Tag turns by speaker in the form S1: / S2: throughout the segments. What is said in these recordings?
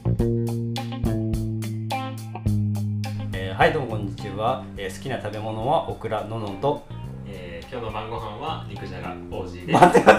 S1: はい、どうもこんにちは。好きな食べ物はオクラののんと、
S2: 今日の晩ご飯は肉じゃがオージーです。
S1: 待って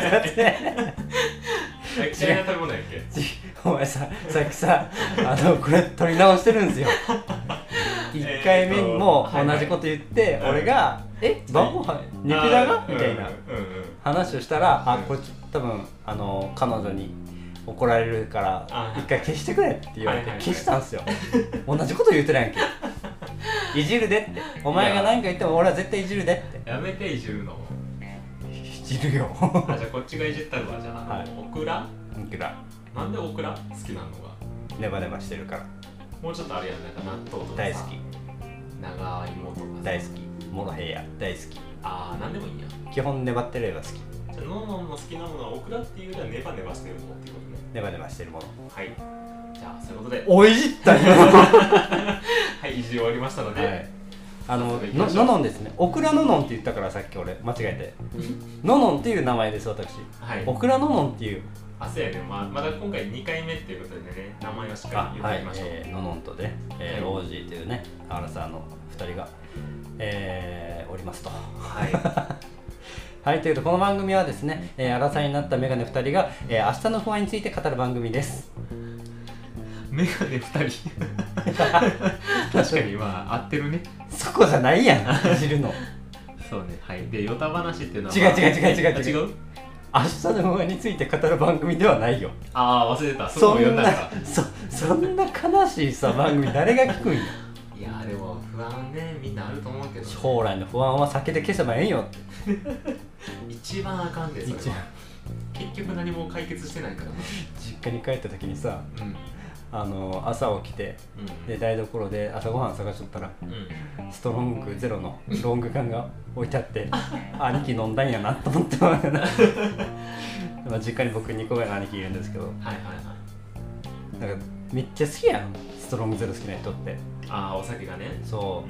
S2: 嫌いな食べ物やっけ？
S1: お前さっきさ、これ撮り直してるんですよ。1回目にも同じこと言って、俺が晩ご飯肉じゃがみたいな話をしたら、これ多分彼女に怒られるから1回消してくれって言われて消したんですよ。同じこと言うてないやんけ。いじるでって、お前が何か言っても俺は絶対いじるでって。
S2: やめていじるの。
S1: いじるよ。
S2: じゃあこっちがいじったのはじゃあ、オクラ？
S1: オクラ。
S2: なんでオクラ好きなのが？
S1: ネバネバしてるから。
S2: もうちょっとあれやん、なんか納豆とかさ。
S1: 大好き。
S2: 長芋とか
S1: 大好き。モロヘイヤ大好き。
S2: なんでもいいや。
S1: 基本粘ってる絵が好き。
S2: じゃあのんのんの好きなものはオクラっていうよりはネバネバしてるものってことね。
S1: ネバネバしてるもの。
S2: はい。じゃあそういうことで。
S1: おいじったよ。
S2: はい、いじり終わりましたので。はい、
S1: ののんですね。オクラののんって言ったからさっき俺間違えて。ののんっていう名前です私。はい。オクラののんっていう。
S2: そうやね。まだ今回2回目っていうことでね、名前をしっかり言っていきましょう。
S1: ののんとね、オージーというね、アラサーの2人が、おりますと。はい。はい、ということでこの番組はですね、アラサーになったメガネ2人が、明日の不安について語る番組です。
S2: メガネ2人確かに合ってるね。
S1: そこじゃないやん、いじるの。
S2: そうね。はい。で、ヨタ話っていうのは
S1: 違う。明日の不安について語る番組ではないよ。
S2: 忘れた。そん
S1: な悲しいさ番組誰が聞くんよ。
S2: いやでも不安ね、みんなあると思うけど、ね、
S1: 将来の不安は酒で消せばええんよって
S2: 一番あかんで、それは結局何も解決してないから。
S1: 実家に帰った時にさ、朝起きて、で台所で朝ごはん探しとったら、ストロングゼロのロング缶が置いてあって兄貴飲んだんやなと思って実家に僕2個目の兄貴いるんですけど、なんかめっちゃ好きやん、ストロングゼロ好きな人って。
S2: お酒がね。
S1: そう、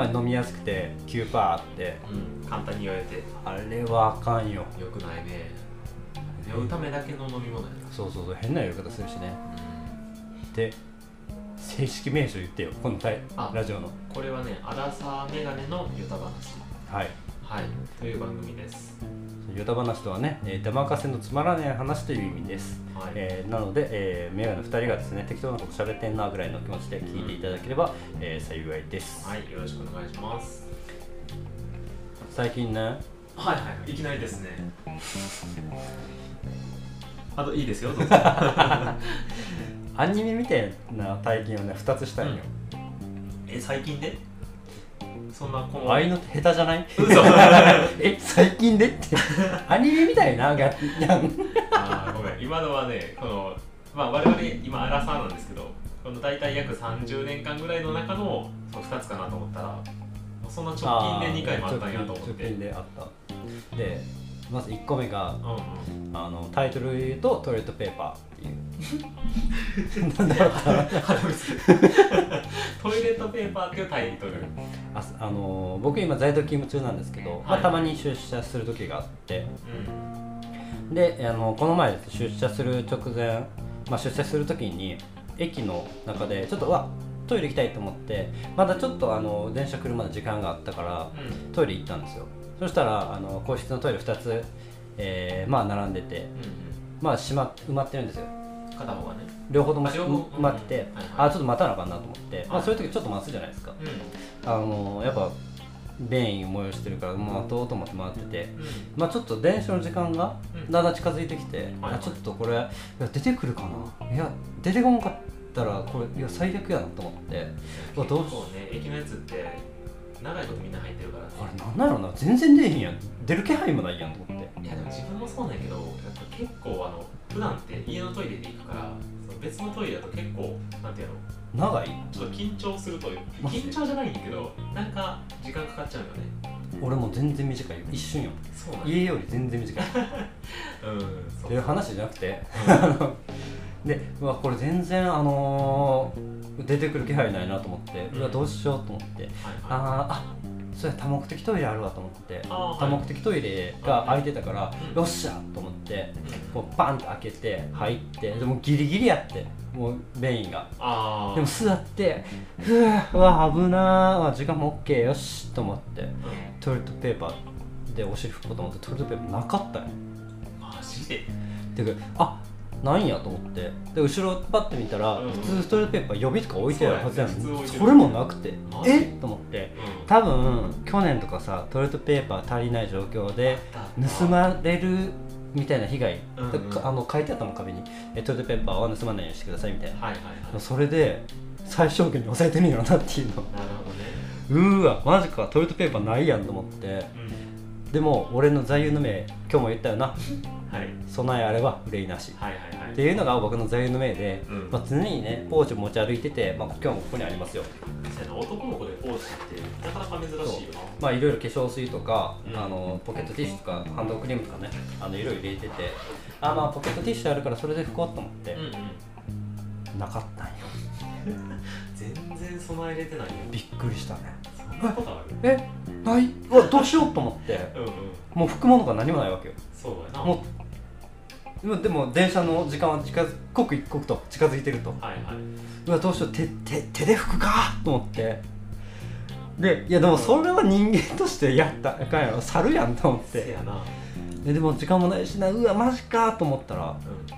S1: 飲みやすくて 9% あって、
S2: 簡単に言われて
S1: あれはあかんよ。
S2: よくないね。酔うためだけの飲み物やな。
S1: そう変な酔い方するしね。で、正式名称言ってよ、このラジオの。こ
S2: れはね、アラサーメガネのヨタ話。はいという番組です。
S1: ヨタ話とはね、出任せのつまらない話という意味です。なので、メガネ2人がですね、適当なこと喋ってんなぐらいの気持ちで聞いていただければ、幸いです。
S2: はい、よろしくお願いします。
S1: 最近ね、
S2: いきなりですね。いいですよ、どうぞ。
S1: アニメみたいな体験をね、2つしたいよ。
S2: 最近で？そんな
S1: ああいうのって下手じゃない？最近でってアニメみたいなやん。
S2: ごめん、今のはね、我々今アラサーなんですけど、この大体約30年間ぐらいの中の2つかなと思ったら、そんな直近で2回もあったんやと思って。
S1: 直近であった。で、まず1個目が、タイトル言うとトイレットペーパーっていうなんだろう
S2: トイレットペーパーっていうタイトル。
S1: 僕今在宅勤務中なんですけど、たまに出社する時があって、でこの前出社する直前、出社する時に駅の中でちょっとトイレ行きたいと思って、まだちょっと電車来るまで時間があったから、トイレ行ったんですよ。そしたら個室のトイレ2つ、並んでて、埋まってるんですよ。
S2: 片方がね、
S1: 両方とも埋まってて、ちょっと待たなあかんなと思って、そういう時ちょっと待つじゃないですか。やっぱ便意催してるから待とうと思って待ってて、ちょっと電車の時間がだんだん近づいてきて、ちょっとこれ出てくるかな、いや出てこんかったらこれ最悪やなと思って、
S2: どうしようね。駅のやつって長いことみんな入ってるから、
S1: あれなんだろうな、全然出えへんやん、出る気配もないやんと思って。
S2: いやでも自分もそうなんやけど、やっぱ結構普段って家のトイレで行くから、別のトイレだと結構なんていう
S1: の、長い、
S2: ちょっと緊張するという、緊張じゃないんだけど、なんか時間かかっちゃうよね。
S1: 俺も全然短いよ、一瞬よ。家より全然短いっていう話じゃなくて、でこれ全然出てくる気配ないなと思って、どうしようと思って、 そうや多目的トイレあるわと思って、
S2: あ
S1: 多目的トイレが空いてたから、
S2: うん
S1: よっしゃと思ってこうバンと開けて入って、でもギリギリやって、もうメインが
S2: あ
S1: でも座ってふうわ危なー、時間も OK よしと思って、トイレットペーパーでお尻拭こうと思ってトイレットペーパーなかったよ。
S2: マジで
S1: でなんやと思って、で後ろパッて見たら、普通トイレットペーパー予備とか置いてあるはずやのに、それもなくて、と思って、多分去年とかさトイレットペーパー足りない状況で盗まれるみたいな被害、書いてあったもん壁に、トイレットペーパーは盗まないようにしてくださいみたいな、それで最小限に抑えてるんやろなっていうの。
S2: なるほどね。
S1: うーわマジか、トイレットペーパーないやんと思って、でも俺の座右の銘今日も言ったよな、備えあれば憂いなし、っていうのが僕の座右の銘で、常にねポーチを持ち歩いてて、今日もここにありますよ。
S2: 男の子でポーチってなかなか珍しいよな。
S1: いろいろ化粧水とか、ポケットティッシュとかハンドクリームとかね、いろいろ入れてて、ポケットティッシュあるからそれで拭こうと思って、なかったんよ。
S2: 全然備えれてないよ。
S1: びっくりしたね。
S2: そんなことある？
S1: ない？うわどうしようと思って、もう拭くものが何もないわけよ。
S2: そうやな。
S1: でも電車の時間は刻一刻と近づいてると、うわどうしよう、手で拭くかと思って、でいやでもそれは人間としてやったらあかんやろ、猿やんと思って、でも時間もないしな、うわマジかと思ったら、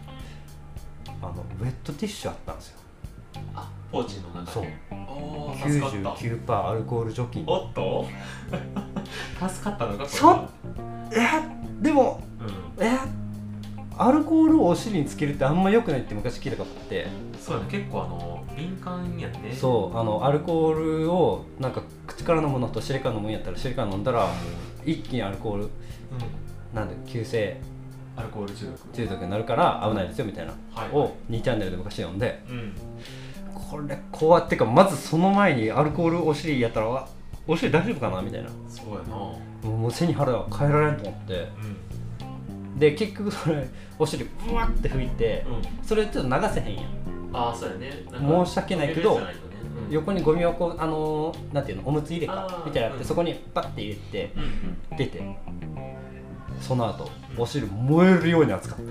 S1: ウェットティッシュあったんですよ。
S2: ポーチの中に。
S1: そう、99% アルコール除菌。
S2: おっと助かったのか
S1: これは。でも、アルコールをお尻につけるってあんま良くないって昔聞いたことあって。
S2: そうやね、結構敏感やね。
S1: そうアルコールをなんか口から飲むのと尻から飲むんやったら、尻から飲んだら一気にアルコール、なんで急性
S2: アルコール
S1: 中毒になるから危ないですよみたいな、を2チャンネルで昔読んで、これ怖ってか、まずその前にアルコールお尻やったらお尻大丈夫かなみたいな。
S2: そうやな。
S1: もう背に腹が変えられんと思って、で結局それお尻ブワッて拭いて、それちょっと流せへんやん。
S2: そうやね。
S1: 申し訳ないけど、横にゴミ箱なんていうの、おむつ入れかみたいなのあって、そこにパッて入れて出て、その後お尻燃えるように熱かった。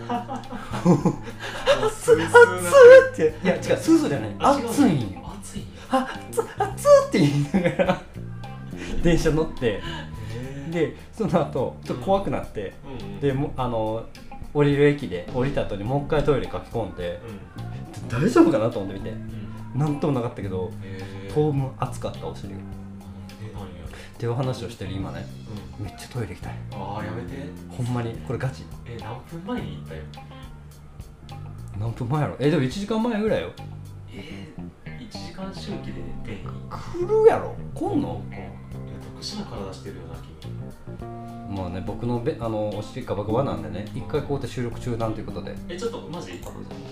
S1: 熱って、いや違う、スースーじゃない、熱いんよ。熱って言いながら電車乗って、でその後ちょっと怖くなって、で降りる駅で降りた後にもう一回トイレ書き込んで、大丈夫かなと思ってみて、なんともなかったけど、当分熱かったお尻が。っていう話をしてる今ね、めっちゃトイレ行きたい。
S2: やめて、
S1: ほんまにこれガチ。
S2: 何分前に行ったよ。
S1: 何分前やろ。でも1時間前ぐらいよ。
S2: 1時間周期で店員
S1: 来るやろ。来んの？
S2: 特殊な体してるよな君。
S1: まあね、僕のお尻ガバガバなんでね、一回こうやって収録中なんていうことで。
S2: ちょっとマジ？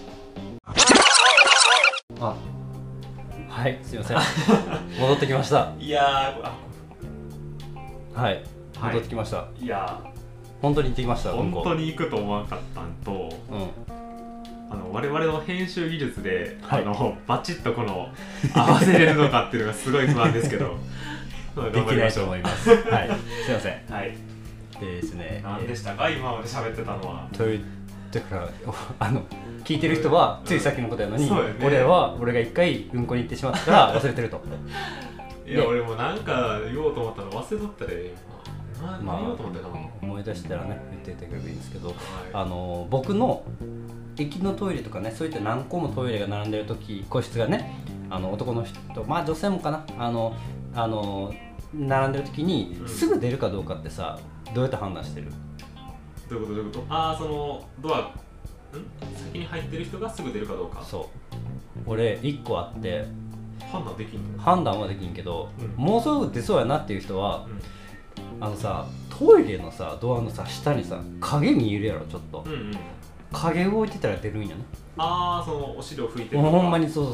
S1: はい、すいません。戻ってきました。
S2: いや
S1: はい、戻ってきました。
S2: いや
S1: 本当に行ってきました。
S2: 本当に行くと思わなかったんと、我々の編集技術で、バチッとこの合わせれるのかっていうのがすごい不安ですけど
S1: できないと思います。はい、すいません。
S2: はい
S1: ですね。
S2: 何でしたか今まで喋ってたのは。
S1: だから聞いてる人はついさっきのことやのに、俺が一回うんこに行ってしまったから忘れてると。
S2: いや俺もなんか言おうと思ったの忘れとったで、何言おうと思ってたの。
S1: 思い出したらね言っていただければいいんですけど、僕の駅のトイレとかね、そういった何個もトイレが並んでる時、個室がね、男の人、女性もかな、並んでる時にすぐ出るかどうかってさ、どうやって判断してる？
S2: どういうこと？そのドア先に入ってる人がすぐ出るかどうか。そう。
S1: 俺1個あって、
S2: 判断できんの？判
S1: 断はできんけど、もうすぐ出そうやなっていう人は、トイレのさドアのさ下にさ影見えるやろ、ちょっと。影動いてたら出るんやね。
S2: そのお尻を拭いてる。
S1: ほんまにそう。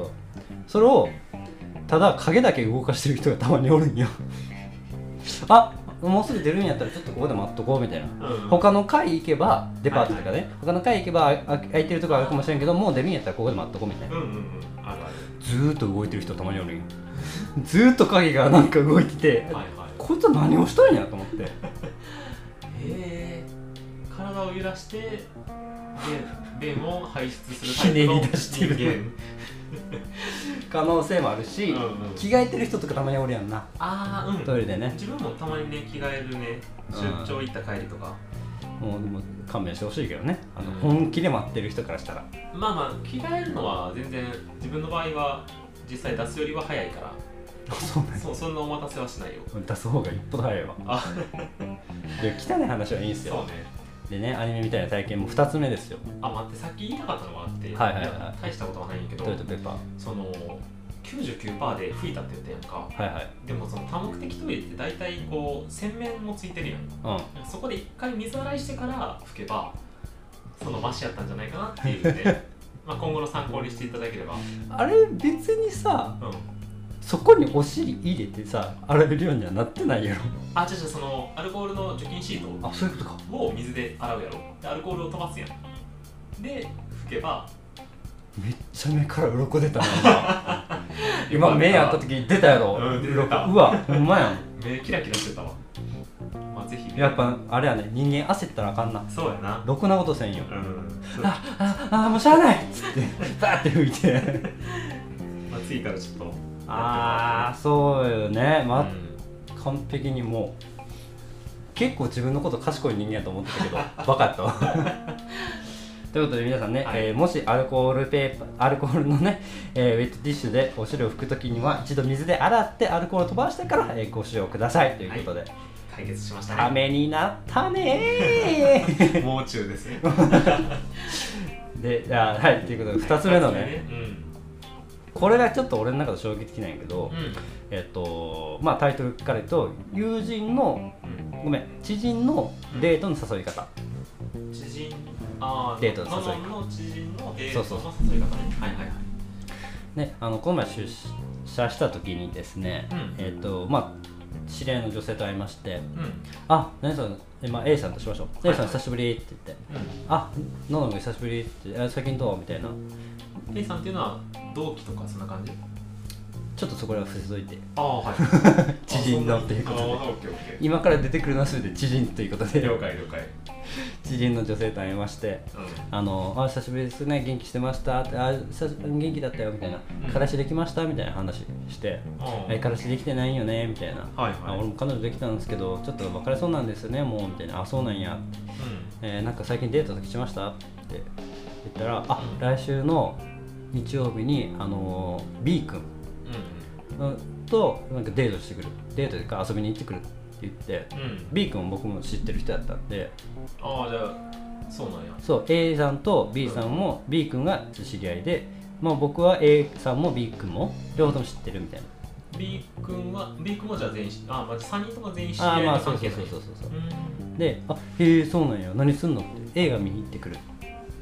S1: それをただ影だけ動かしてる人がたまにおるんよ。もうすぐ出るんやったらちょっとここで待っとこうみたいな、他の階行けばデパートとかね、他の階行けば空いてるところあるかもしれんけど、もう出るんやったらここで待っとこうみたいな。ずーっと動いてる人たまにおるんよ。ずーっと影がなんか動いてて、 こいつは何をしとんやと思って
S2: 体を揺らして便を排出するタイプの人間
S1: 可能性もあるし、着替えてる人とかたまにおるやんな。トイレでね。
S2: 自分もたまにね着替えるね、出張行った帰りとか。
S1: もうでも勘弁してほしいけどね、本気で待ってる人からしたら。
S2: まあ着替えるのは全然自分の場合は実際出すよりは早いから。
S1: そうね。
S2: そんなお待たせはしないよ。
S1: 出す方がよっぽど早いわ。で汚い話はいいんすよ。
S2: そうね。
S1: でね、アニメみたいな体験も2つ目ですよ。
S2: 待って、さっき言いたかったのがあって、大したことはないんやけど、
S1: トイレットペーパー
S2: その 99% で拭いたって言ったやんか。でもその多目的トイレって大体こう洗面もついてるやん。そこで一回水洗いしてから拭けばそのマシやったんじゃないかなっていうね今後の参考にしていただければ。あ
S1: れ別にさ、そこにお尻入れてさ洗えるようにはなってないやろ。
S2: そのアルコールの除菌シート
S1: そういうことか
S2: を水で洗うやろ。でアルコールを飛ばすやん。で拭けば。
S1: めっちゃ目から鱗出たな今目やった時出たやろ。
S2: 出た。
S1: うわほんまやん。
S2: 目キラキラしてたわ。ぜひ
S1: やっぱあれやね、人間焦ったらあかんな。
S2: そうやな。
S1: ろくなことせんよ。もうしゃあないっつってバーって拭いて
S2: 次からちょっと
S1: そうよね。完璧にもう結構自分のこと賢い人間やと思ってたけどバカやったわということで皆さんね、もしアルコールのね、ウェットティッシュでお尻を拭くときには一度水で洗ってアルコールを飛ばしてから、ご使用くださいということで、
S2: 解決しましたね。
S1: ためになったねー
S2: もう中ですね
S1: で、ということで2つ目のね、これがちょっと俺の中で衝撃的なんやけど、タイトルから言うと友人の、知人のデートの誘い方。デートの誘い方。
S2: の知人のデートの誘い方ね。
S1: この前出社した時にですね、知り合いの女性と会いまして、何それ、A さんとしましょう。A さん久しぶりって言って、ののむ久しぶりって、最近どうみたいな。
S2: A さんっていうのは同期とかそんな感じ？
S1: ちょっとそこらは伏せといて。知人のっていうことで。今から出てくるのはすべて知人ということで。
S2: 了解。
S1: 知人の女性と会いまして、久しぶりですね、元気してましたって、元気だったよみたいな、彼氏できましたみたいな話して、彼氏できてないよねみたいな、俺も彼女できたんですけど、ちょっと別れそうなんですよね、もうみたいな、そうなんやって、なんか最近デートしましたって言ったら、来週の日曜日にB 君となんかデートしてくる、デートでか遊びに行ってくるって言って、B 君僕も知ってる人だったんで、
S2: じゃあそうなんや。
S1: そう、 A さんと B さんも B 君が知り合いで、僕は A さんも B 君も両方とも知ってるみたいな。
S2: B 君はじゃあ全員3人とも全員知り合いの関係なんや。
S1: そうで、そうなんや、何すんのって、映画見に行ってくるって。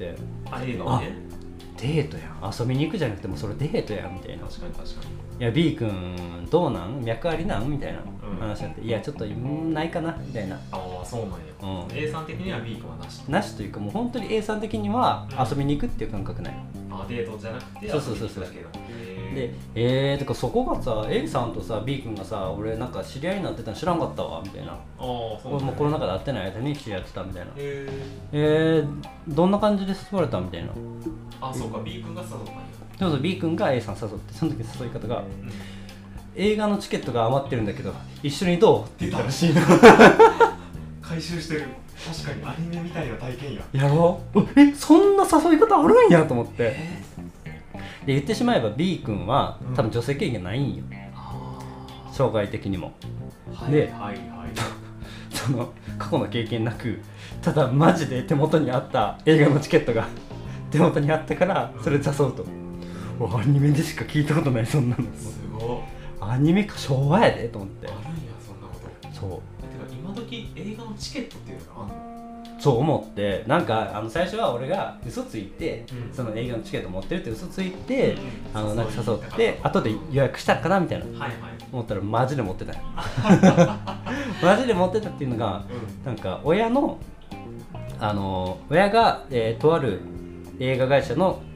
S2: 映画ね。
S1: デートやん、遊びに行くじゃなくてもそれデートやんみたいな。
S2: 確かに
S1: いや B 君どうなん、脈ありなんみたいな話になって、いやちょっとないかなみたいな。
S2: そうなんや。A さん的には B 君は
S1: なしというか、もう本当に A さん的には遊びに行くっていう感覚ない。
S2: デートじゃなくて遊びに行くだけだ。
S1: で、てかそこがさ、 A さんとさ B 君がさ、俺なんか知り合いになってたの知らんかったわみたいな。俺もコロナ禍で会ってない間に知り合ってたみたいな。どんな感じで誘われたみたいな。
S2: そうか、 B 君が誘ったんや。
S1: そう、 B 君が A さん誘って、その時の誘い方が、映画のチケットが余ってるんだけど一緒にどうって言ったらしいの
S2: 回収してる。確かにアニメみたいな体験や。
S1: やろう、そんな誘い方あるんやと思って、で言ってしまえば B 君は多分女性経験ないんよ、障害的にも。で、その過去の経験なく、ただマジで手元にあった映画のチケットが手元にあったからそれで誘うと、アニメでしか聞いたことない、そんなの。
S2: すごい。
S1: アニメか昭和やでと思って。
S2: あるんや、そんなこと。そう。てか今時映画のチケットっていうのがあんの？
S1: そう思って、なんか最初は俺が嘘ついて、その映画のチケット持ってるって嘘ついて、なんか誘って後で予約したかなみたいな、思ったらマジで持ってたよマジで持ってたっていうのが、なんか親が、とある映画会社の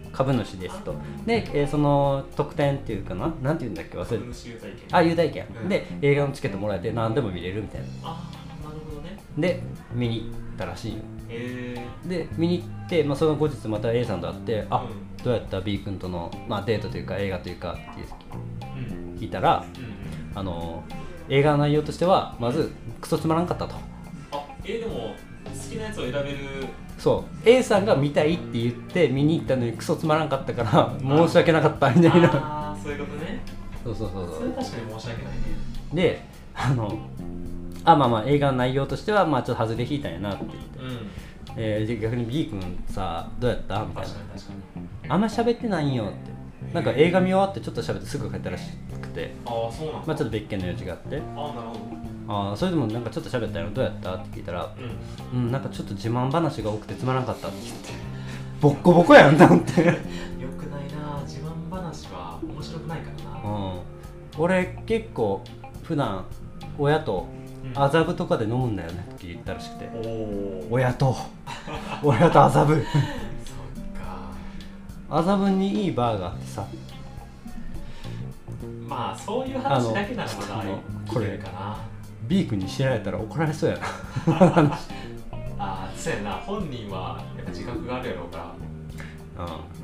S1: 株主ですと。で、その特典っていうかな、なんていうんだっけ、忘れて。
S2: 株主優待券。
S1: あ、優待券、で映画のチケットもらえて何でも見れるみたいな。
S2: ああ、なるほどね。
S1: で見に行ったらしいよ。
S2: で
S1: 見に行って、その後日また A さんと会って「あ、
S2: うん、
S1: どうやった B 君との、デートというか映画というか」って聞いたら、映画の内容としてはまずクソつまらんかったと。
S2: でも好きなやつを選べる。
S1: そう A さんが見たいって言って見に行ったのにクソつまらんかったから申し訳なかったみたいな。
S2: ああ、そういうことね。
S1: そう
S2: それ確かに申し訳ないね。
S1: で映画の内容としてはちょっと外れ引いたんやなって言って、逆に B 君さどうやったみたいな。あんま喋ってないんよって。なんか映画見終わってちょっと喋ってすぐ帰ったらしくて、
S2: そうなんだ。
S1: ちょっと別件の用事があって、
S2: なるほ
S1: ど。それでもなんかちょっと喋ったよ、どうやったって聞いたら、なんかちょっと自慢話が多くてつまらなかったって言って、ボッコボコやんと思って。よくない
S2: な、自慢話は面白くないからな。
S1: 俺結構普段親と麻布とかで飲むんだよねって言ったらしくて、親と麻布。麻布にいいバーがあってさ、
S2: そういう話だけならまだ
S1: これかな。B 君に知られたら怒られそうやな。
S2: そうやな、本人はやっぱ自覚があるやろうから。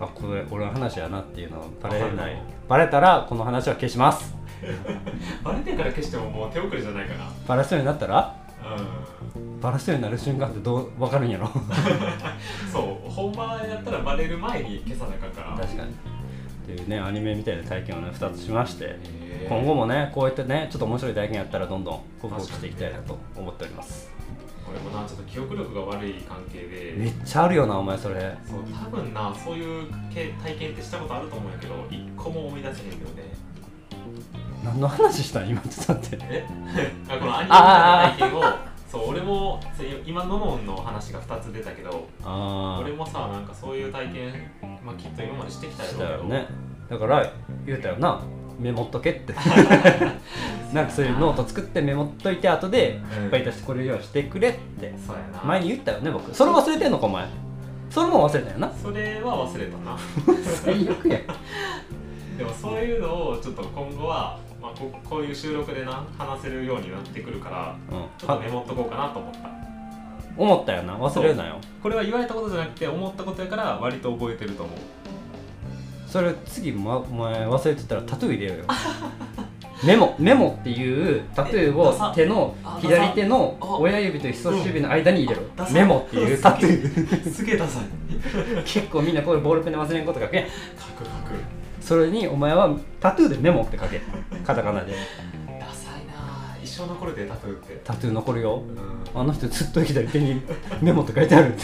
S1: これ俺の話やなっていうのをバレたらこの話は消します。
S2: バレてから消してももう手遅れじゃないかな。
S1: バラすようになったら、バラすようになる瞬間ってどう分かるんやろ。
S2: そう、本番やったらバレる前に消さなあかんから。
S1: 確かにっていうね、アニメみたいな体験をね2つしまして、今後もねこういったねちょっと面白い体験やったらどんどん報告していきたいなと思っております。
S2: 俺もな、ちょっと記憶力が悪い関係で。
S1: めっちゃあるよなお前それ。
S2: そう、多分な、そういう体験ってしたことあると思うんやけど一個も思い出せへんけどね。
S1: 何の話したん今ちょっと待って。
S2: このアニメの体験をそう俺も今ののんの話が2つ出たけど、俺もさなんかそういう体験、きっと今までしてきたよ
S1: ね。だから言うたよな、メモっとけってなんかそういうノート作ってメモっといて後でいっぱい出してこれるようにしてくれって前に言ったよね僕。それ忘れてんのかお前。それも忘れたよな。
S2: それは忘れたな。
S1: 最悪や。
S2: でもそういうのをちょっと今後はこういう収録でな話せるようになってくるから、ちょっとメモっとこうかなと思った
S1: よな。忘れるなよ。
S2: これは言われたことじゃなくて思ったことやから割と覚えてると思う。
S1: それ次お前忘れてたらタトゥー入れようよ。メモっていうタトゥーを手の左手の親指と人差し指の間に入れろ。メモっていうタトゥー。
S2: すげえダサい。
S1: 結構みんなこれボールペンで忘れんこと書けん。
S2: 書く。
S1: それにお前はタトゥーでメモって書け。カタカナで。
S2: ダサいな。一生残るでタトゥーって。
S1: タトゥー残るよ。あの人ずっと左手にメモって書いてあるって。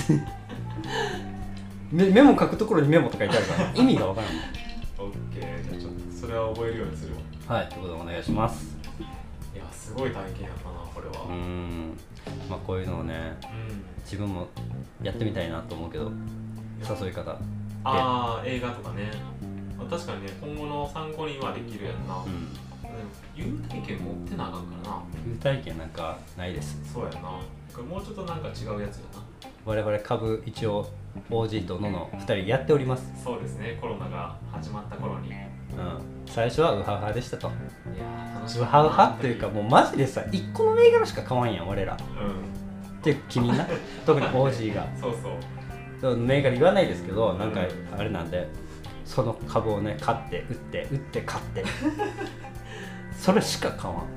S1: メモ書くところにメモって書いてあるから意味がわからない。
S2: オッケー、じゃあちょっとそれは覚えるようにする
S1: わ。はい、ということでお願いします。
S2: いや、すごい体験やったなこれは。
S1: こういうのをね、自分もやってみたいなと思うけど、誘い方。
S2: 映画とかね。確かにね、今後の参考にはできるやんな。優待券持ってなあかんからな。
S1: 優待券なんかないです。
S2: そうやな。もうちょっとなんか違うやつやな。
S1: 我々株一応 OG とのの2人やっております。
S2: そうですね、コロナが始まった頃に。
S1: 最初はウハウハでしたと。
S2: いや楽し
S1: ウハウハっていうかもうマジでさ、1個の銘柄しか買わんやん俺ら。って君な。特に OG が。そう。銘柄言わないですけど、なんかあれなんで、その株をね買って売って買って。それしか買わん。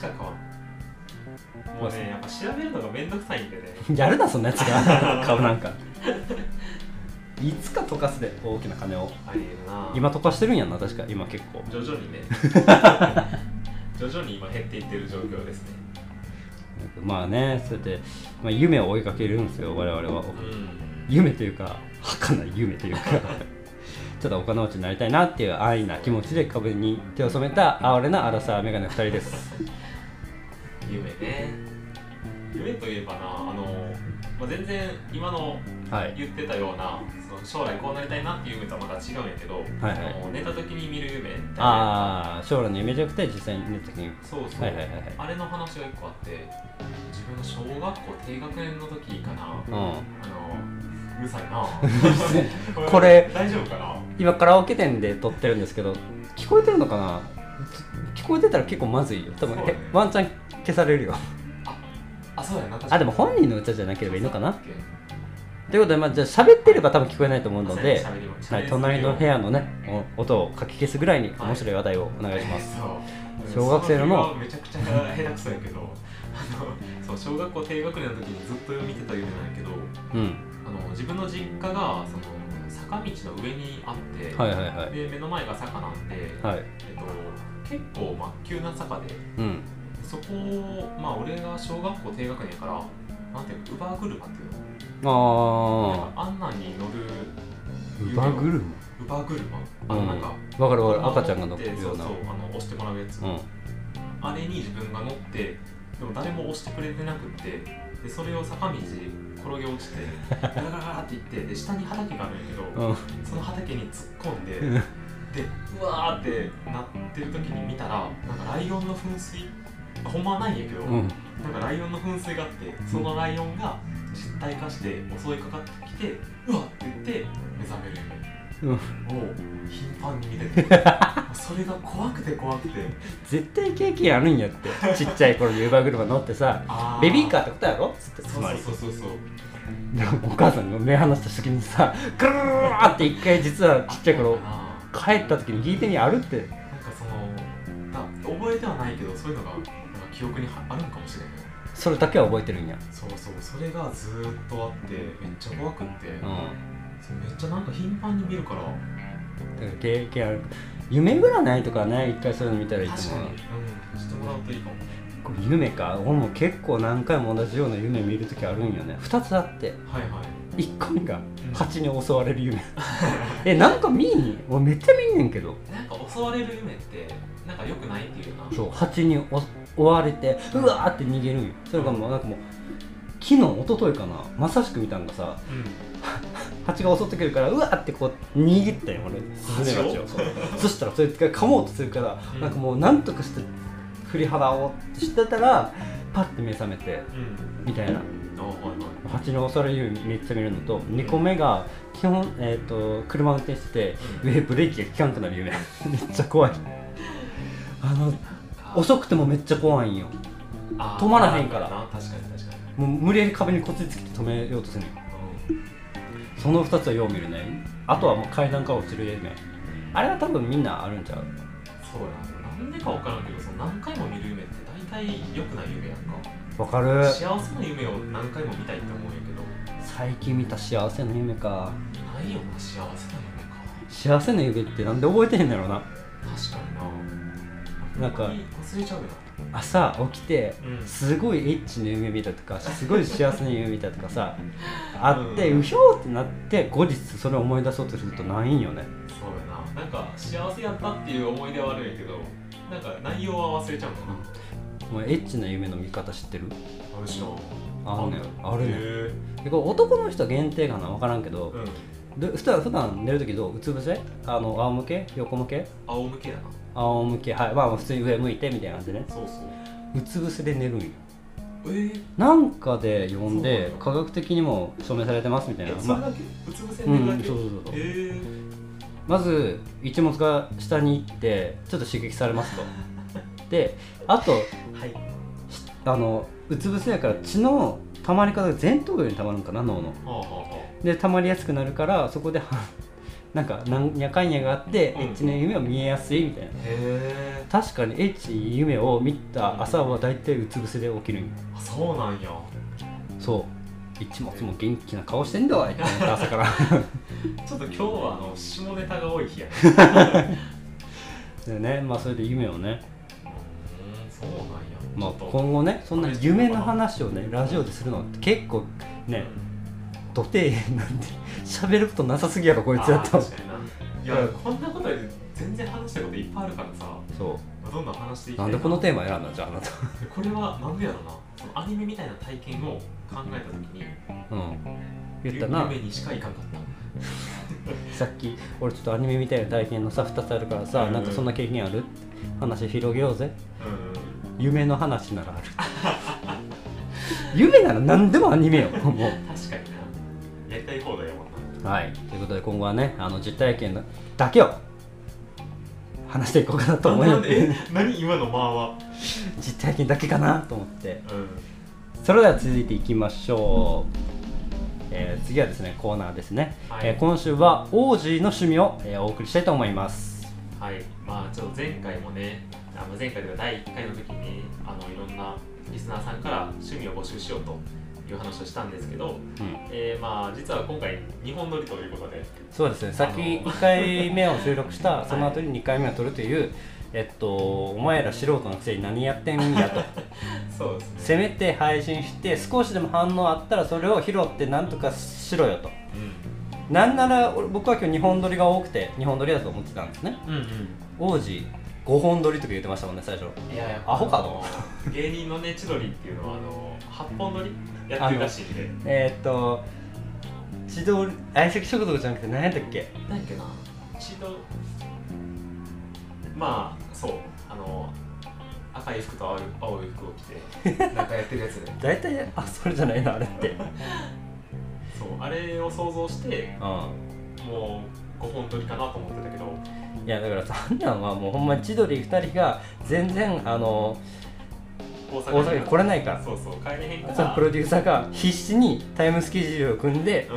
S2: もうね、やっぱ調べるのがめんどくさいんでね。
S1: やるなそんなやつが。株なんかいつか溶かすで大きな金を。今溶かしてるんやんな。確か今結構
S2: 徐々にね。徐々に今減っていってる状況ですね。
S1: そうやって、夢を追いかけるんですよ我々は。夢というか儚い夢というかちょっとお金持ちになりたいなっていう安易な気持ちで株に手を染めた哀れなアラサーメガネ2人です。
S2: 夢ね。夢といえばな、全然今の言ってたような、その将来こうなりたいなっていう夢とはまた違うんやけど、寝た時に見る夢みたいな。
S1: 将来の夢じゃなくて実際に寝た時に。
S2: そう。あれの話が1個あって、自分の小学校低学年の時かな。 うるさいな
S1: これ
S2: 大丈夫かな。
S1: 今カラオケ店で撮ってるんですけど、聞こえてるのかな。聞こえてたら結構まずいよ多分、ね、ワンチャン消されるよ。
S2: あ、そうやな。
S1: あ、でも本人の歌じゃなければいいのかな。ということで、まあ、じゃあ喋ってれば多分聞こえないと思うので、はい、隣の部屋のね音をかき消すぐらいに面白い話題をお願いします。小学生の
S2: めちゃくちゃ下手くそやけどそう小学校低学年の時にずっと見てた夢なんやけど、自分の実家がその坂道の上にあって、
S1: はいはいはい、
S2: で目の前が坂なんで、
S1: はい、
S2: 結構急な坂で、そこを俺が小学校低学年やからなんていうの、乳母車っていうの、あんなんに乗る
S1: 乳母車、
S2: なんか
S1: わかるわかる、赤ちゃんが乗ってるような、
S2: 押してもらうやつ、あれに自分が乗って、でも誰も押してくれてなくって、でそれを坂道転げ落ちてガラガラっていって、で下に畑があるんやけど、その畑に突っ込んで、でうわーってなってる時に見たら、なんかライオンの噴水、ほんまはないんやけど、なんかライオンの噴水があって、そのライオンが実体化して襲いかかってきて、うわって言って目覚める夢を頻繁に見ててそれが怖くて
S1: 絶対経験あるんやってちっちゃい頃に乳母車乗ってさベビーカーってことやろつって、
S2: そう
S1: でもお母さんが目離した時にさグルーって一回実はちっちゃい頃帰った時に聞いてみあるって、
S2: なんかその覚えてはないけど、そういうのがなんか記憶にあるんかもしれない。
S1: それだけは覚えてるんや。
S2: そうそれがずーっとあってめっちゃ怖くって、めっちゃなんか頻繁に見るから。だ
S1: から経験ある。夢占いとかね、一回そういうの見たらいいと思う。
S2: 確かに、してもらうといいかも。
S1: これ夢か、俺も結構何回も同じような夢見るときあるんよね。2つあって、1個目が蜂に襲われる夢なんか見んに俺めっちゃ見んねんけど、
S2: なんか襲われる夢ってなんか良くないっていうな。
S1: そう、蜂に追われてうわーって逃げるんよ。それがもうなんかもう昨日一昨日かな、まさしく見たんがさ、蜂が襲ってくるからうわーってこう逃げたよ俺、スズメバチを。そしたらそれ噛もうとするから、なんかもうなんとかして振り払おうってしてたらパッて目覚めて、みたいな。蜂の襲われる夢めっちゃ見るのと、2個目が基本、車運転してて、ブレーキが効かんくなる夢めっちゃ怖い。遅くてもめっちゃ怖いんよ。止まらへんから。
S2: 確かに
S1: もう無理やり壁にこっちつけて止めようとするのよ。その2つはよう見るね。あとはもう階段から落ちる夢、あれは多分みんなあるんちゃう。
S2: そうなんでか分からんけど、その何回も見る夢って大体良くない夢やんか。
S1: わかる。
S2: 幸せな夢を何回も見たいって思うんやけど、
S1: 最近見た幸せな夢か。
S2: ないよな、幸せな夢か。
S1: 幸せな夢ってなんで覚えてへんのやろな。
S2: 確かに
S1: なんか
S2: 忘れちゃうよな。
S1: 朝起きてすごいエッチな夢見たとか、すごい幸せな夢見たとかさあってうひょーってなって、後日それを思い出そうとするとないんよね。
S2: そうやな。なんか幸せやったっていう思い出はあるんやけど、なんか内容は忘れちゃうのかな。
S1: お前エッチな夢の見方知ってる？
S2: あるしな。
S1: あるね。あるね。これ男の人限定かな、分からんけど、普段寝るときどう？うつ伏せ？仰向け？横向け？
S2: 仰向けだな。
S1: 仰向け、はい、まあ普通に上向いてみたいな感じでね。
S2: そうそう。
S1: うつ伏せで寝るんよ。なんかで読んで科学的にも証明されてますみたいな。
S2: それだけ？うつ伏せで寝るだけ？そう。
S1: まず一物が下に行ってちょっと刺激されますと。で、あと、うつ伏せやから血の溜まり方が前頭葉に溜まるんかな、脳の。で溜まりやすくなるから、そこでなんかなんやかんやがあって、エッチな夢を見えやすいみたいな。確かにエッチな夢を見た朝はだいたいうつ伏せで起きるんよ。
S2: あ、そうなんや。
S1: そう、一物も元気な顔してんだわって朝から
S2: ちょっと今日は下ネタが多い日やね
S1: でね、まあそれで夢をね、
S2: そうなんや。
S1: まあ今後ね、そんな夢の話をねラジオでするのって結構ね、ど底辺なんで喋ることなさすぎやろこいつやったの。
S2: 確かにな。いや、こんなことで全然話したこといっぱいあるからさ。そう。どんどん話していきたい。
S1: なんでこのテーマ選んだじゃあ、あなた。
S2: これはなんでやろな。そのアニメみたいな体験を考えたときに、
S1: 言ったな。
S2: 夢にしかいかんかった。
S1: さっき俺ちょっとアニメみたいな体験のさ2つあるからさ、なんかそんな経験ある？話広げようぜ。夢の話ならある。夢なら何でもアニメよ。もう。
S2: 確かにな。やりたい方だよ。
S1: はい、ということで今後はね実体験だけを話していこうかなと思います。
S2: 何今の間は
S1: 実体験だけかなと思って、それでは続いていきましょう。次はですねコーナーですね、はい。今週は王子の趣味を、お送りしたいと思います。
S2: はい、まあちょっと前回もね前回では第1回の時にいろんなリスナーさんから趣味を募集しようという話をしたんですけど、まあ実は今回2本撮りということで、
S1: そうですね、さっき1回目を収録したその後に2回目を撮るという、お前ら素人のくせに何やってんやと
S2: そうですね、
S1: せめて配信して少しでも反応あったらそれを拾ってなんとかしろよと、なんなら僕は今日2本撮りが多くて2本撮りだと思ってたんですね、王子5本撮りとか言ってましたもんね最初。
S2: いや
S1: アホかと
S2: 芸人のね千鳥っていうのは8本撮りやってるらしいんで、
S1: 千鳥相席食堂じゃなくて何やったっけ
S2: な千鳥、まあそう赤い服と青い服を着てなんかやってるやつで
S1: 大体それじゃないのあれって
S2: そうあれを想像して、もう5本撮りかなと思ってたけど、
S1: いやだからそんなんはもうほんまに千鳥2人が全然大阪に来れないから、
S2: そう帰れへんから
S1: プロデューサーが必死にタイムスケジュールを組んで、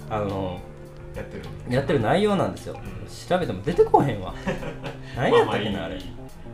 S1: やってる内容なんですよ、調べても出てこへんわ何やったっけなあれで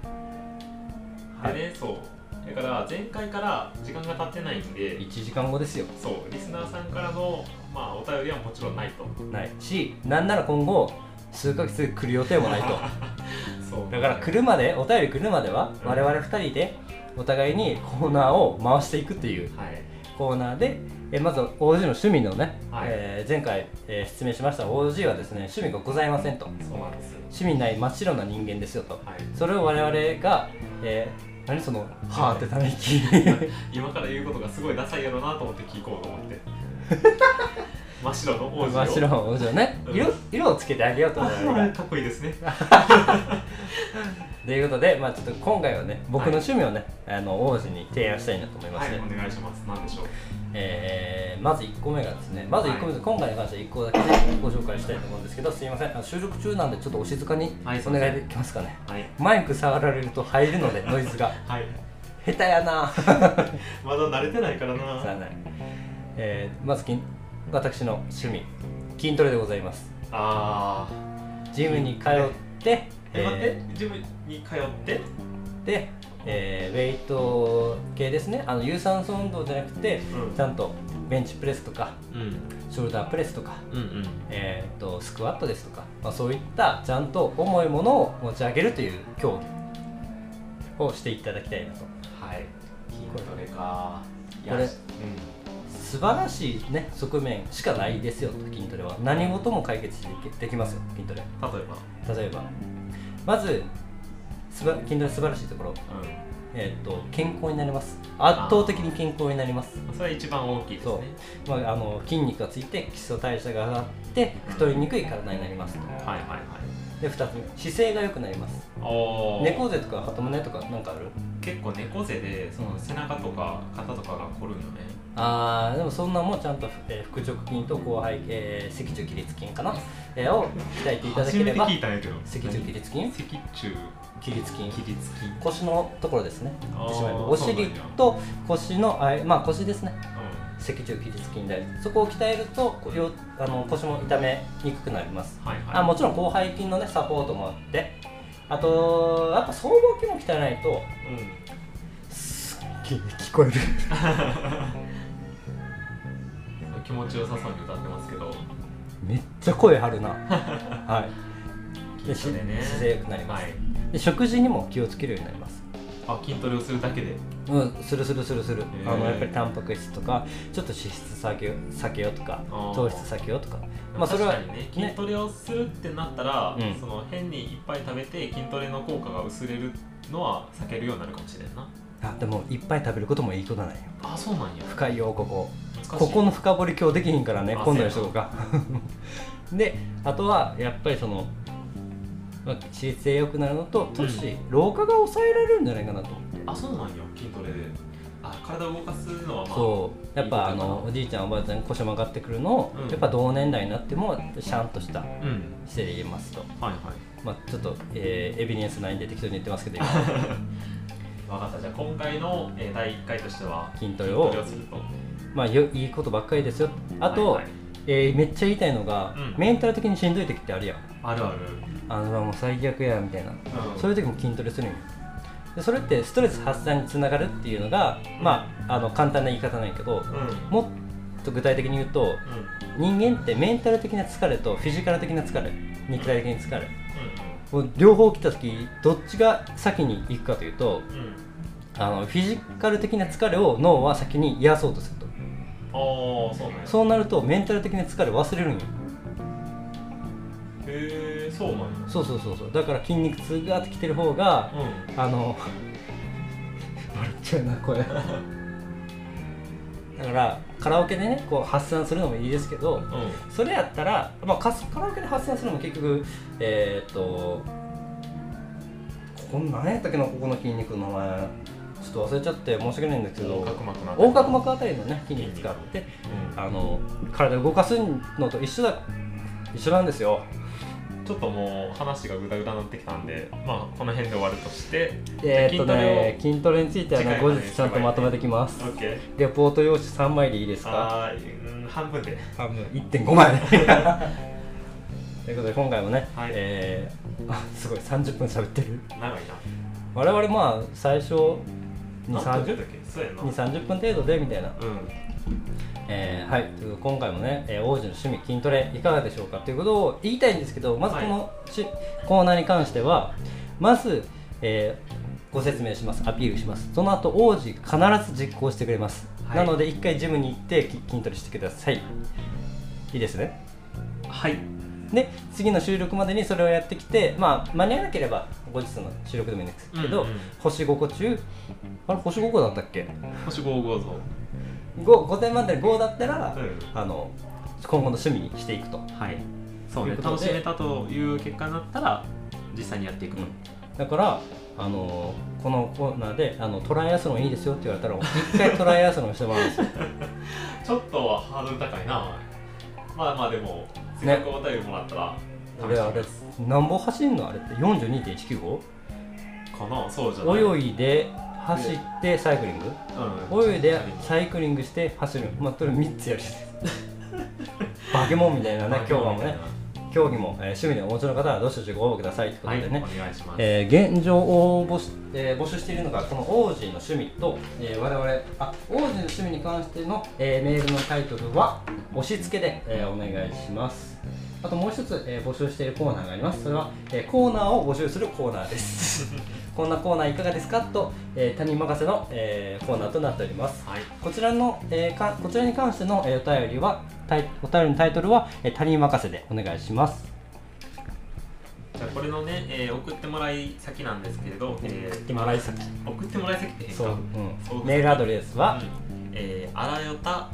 S2: ね、そうだから前回から時間が経ってないんで
S1: 1時間後ですよ。
S2: そうリスナーさんからの、お便りはもちろんないと
S1: ないし、なんなら今後数ヶ月来る予定もないとそうだから来るまでお便り来るまでは我々2人でお互いにコーナーを回していくっていうコーナーで、まず OG の趣味のね、前回、説明しました OG はですね趣味がございませんと。
S2: そうなんですよ、
S1: 趣味ない真っ白な人間ですよと、それを我々が、何そのはーってため息
S2: 今から言うことがすごいダサいやろなと思って聞こうと思って真っ白の王子を
S1: 真っ白の王子をね、色をつけてあげようと思って
S2: かっこいいですね
S1: ということで、ちょっと今回はね僕の趣味をね、王子に提案したいなと思いますね。
S2: お願いします。何でしょう。
S1: まず1個目がですね、今回に関しては1個だけねご紹介したいと思うんですけど、すいません収録中なんでちょっとお静かにお願いできますかね。マイク触られると入るのでノイズが下手やな
S2: まだ慣れてないからな。
S1: まず私の趣味筋トレでございます。ジムに通って
S2: ジムに通って
S1: で、ウェイト系ですね、有酸素運動じゃなくて、ちゃんとベンチプレスとか、ショルダープレスとか、スクワットですとか、そういったちゃんと重いものを持ち上げるという競技をしていただきたいなと。
S2: 筋トレか。
S1: これ、素晴らしいね側面しかないですよと。筋トレは何事も解決できますよ筋トレ。例えばまず筋トレ素晴らしいところ、健康になります。圧倒的に健康になります。
S2: それは一番大きいですね。
S1: 筋肉がついて基礎代謝が上がって太りにくい体になりますと。で2つ目、姿勢が良くなります。猫背とか鳩胸とかなんかある？
S2: 結構猫背で背中とか肩とかが凝るんよね。
S1: でもそんなもんちゃんと、腹直筋と広背筋、脊柱起立筋かな、を鍛えていただければ。
S2: 初めて聞いたんやけど。
S1: 脊柱起立筋？
S2: 脊柱
S1: 起立筋。腰のところですね。お尻と腰の腰ですね。脊柱起立筋であり、そこを鍛えると腰も痛めにくくなります。もちろん広背筋のねサポートもあって、あとやっぱ僧帽筋も鍛えないと、すっげえ聞こえる
S2: 気持ちよさそうに歌ってますけど、
S1: めっちゃ声張るなで姿勢良くなります。で食事にも気をつけるようになります。
S2: 筋トレをするだけで。
S1: する。やっぱりタンパク質とかちょっと脂質避けようとか糖質避けようとか、
S2: それはね筋トレをするってなったら、その変にいっぱい食べて筋トレの効果が薄れるのは避けるようになるかもしれんな。
S1: でもいっぱい食べることもいいことなんよ。
S2: そうなんや。
S1: 深いよここの深掘り今日できひんからね、今度にしとこうかであとはやっぱりその姿勢良くなるのと老化が抑えられるんじゃないかなと思って。
S2: そうなんよ。筋トレで体を動かすのはまあ
S1: そうやっぱおじいちゃんおばあちゃん腰曲がってくるのを、やっぱ同年代になってもシャンとした姿勢で言えますと、はいはい、まあちょっと、エビデンスないんで適当に言ってますけど今
S2: 分かった。じゃあ今回の、第1回としては
S1: 筋トレを
S2: すると、
S1: まあいいことばっかりですよ。あと、はいはい、めっちゃ言いたいのが、メンタル的にしんどい時ってあるやん。
S2: あるある。
S1: もう最悪やみたいな、そういう時も筋トレするんよ。でそれってストレス発散につながるっていうのが、まあ簡単な言い方なんやけど、もっと具体的に言うと、人間ってメンタル的な疲れとフィジカル的な疲れ、肉体的な疲れ、もう両方来た時どっちが先に行くかというと、フィジカル的な疲れを脳は先に癒そうとすると。そうなるとメンタル的な疲れ忘れるんよ。
S2: へえ、そうなんや。
S1: そうだから筋肉痛が来てる方が、笑っちゃうなこれだからカラオケでねこう発散するのもいいですけど、それやったら、まあ、カラオケで発散するのも結局ここ何やったっけな、ここの筋肉の名前ちょっと忘れちゃって申し訳ないんですけど、横隔膜あたりのね筋肉使って、体を動かすのと一緒なんですよ。
S2: ちょっともう話がグダグダになってきたんで、まあこの辺で終わるとして、
S1: 筋トレについてはね後日ちゃんとまとめてきます。レポート用紙3枚でいいですか？
S2: 半分で。
S1: 半分 1.5 枚ということで今回もね、はい、すごい30分喋ってる。
S2: 長いな。
S1: 我々まあ最初2,30 分程度でみたいな。はい、今回もね、王子の趣味筋トレいかがでしょうかということを言いたいんですけど、まずこの、コーナーに関してはまず、ご説明します、アピールします。その後王子必ず実行してくれます、なので一回ジムに行って筋トレしてください。いいですね。
S2: はい。
S1: で次の収録までにそれをやってきて、まあ間に合わなければ後日の収録でもいいんですけど、星5個中星5個だったっけ？
S2: 星5個ぞ。
S1: 5点満点で5だったら、今後の趣味にしていくと。
S2: はい。そうね。楽しめたという結果になったら実際にやっていくと。
S1: だからこのコーナーでトライアスロンいいですよって言われたら一回トライアスロンしてもらうんですよ。
S2: ちょっとはハードル高いな。まあまあでもせっかくお便りもらったら試してみます。
S1: 何本走るのあれって 42.195
S2: かな。そうじゃない。
S1: 泳いで走ってサイクリング、泳いでサイクリングして走る、まあこれ3つやるバケモンみたいなね。今日はもね競技も、趣味でお持ちの方はどしどしご応募くださいということでね、
S2: お願いします。
S1: 現状募集しているのがこの王子の趣味と、我々王子の趣味に関しての、メールのタイトルは押し付けで、お願いします。あともう一つ、募集しているコーナーがあります。それは、コーナーを募集するコーナーですこんなコーナーいかがですかと、他人任せの、コーナーとなっております、はい。こちらに関しての、お便りのタイトルは、他人任せでお願いします。
S2: じゃあこれのね、送ってもらい先なんですけれど、
S1: 送ってもらい先
S2: って変か、
S1: メールアドレスは、
S2: あらよた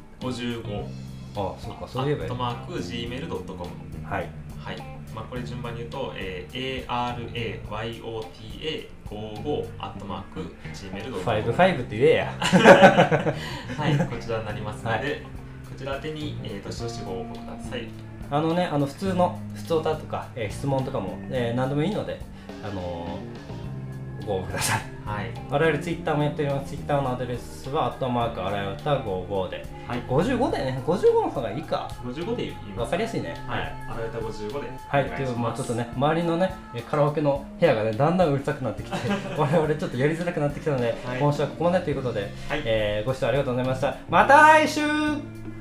S2: 55@gmail.com。
S1: はい、
S2: はい。まあこれ順番に言うと、arayota55@gmail.com。
S1: 55って言えや
S2: はい、こちらになりますので、こちら宛てにどしどしご応募ください。
S1: 普通の普通歌とか、質問とかも、何でもいいので、ご応募ください。はい。我々ツイッターもやっております。ツイッターのアドレスはあらよた55で、はい、55でね、55の方がいいか。
S2: 55で言います。
S1: わかりやすいね。
S2: はい。あらよた55で。
S1: はい。というちょっとね、周りのねカラオケの部屋がねだんだんうるさくなってきて、我々ちょっとやりづらくなってきたので、今週はここまでということで、ご視聴ありがとうございました。また来週。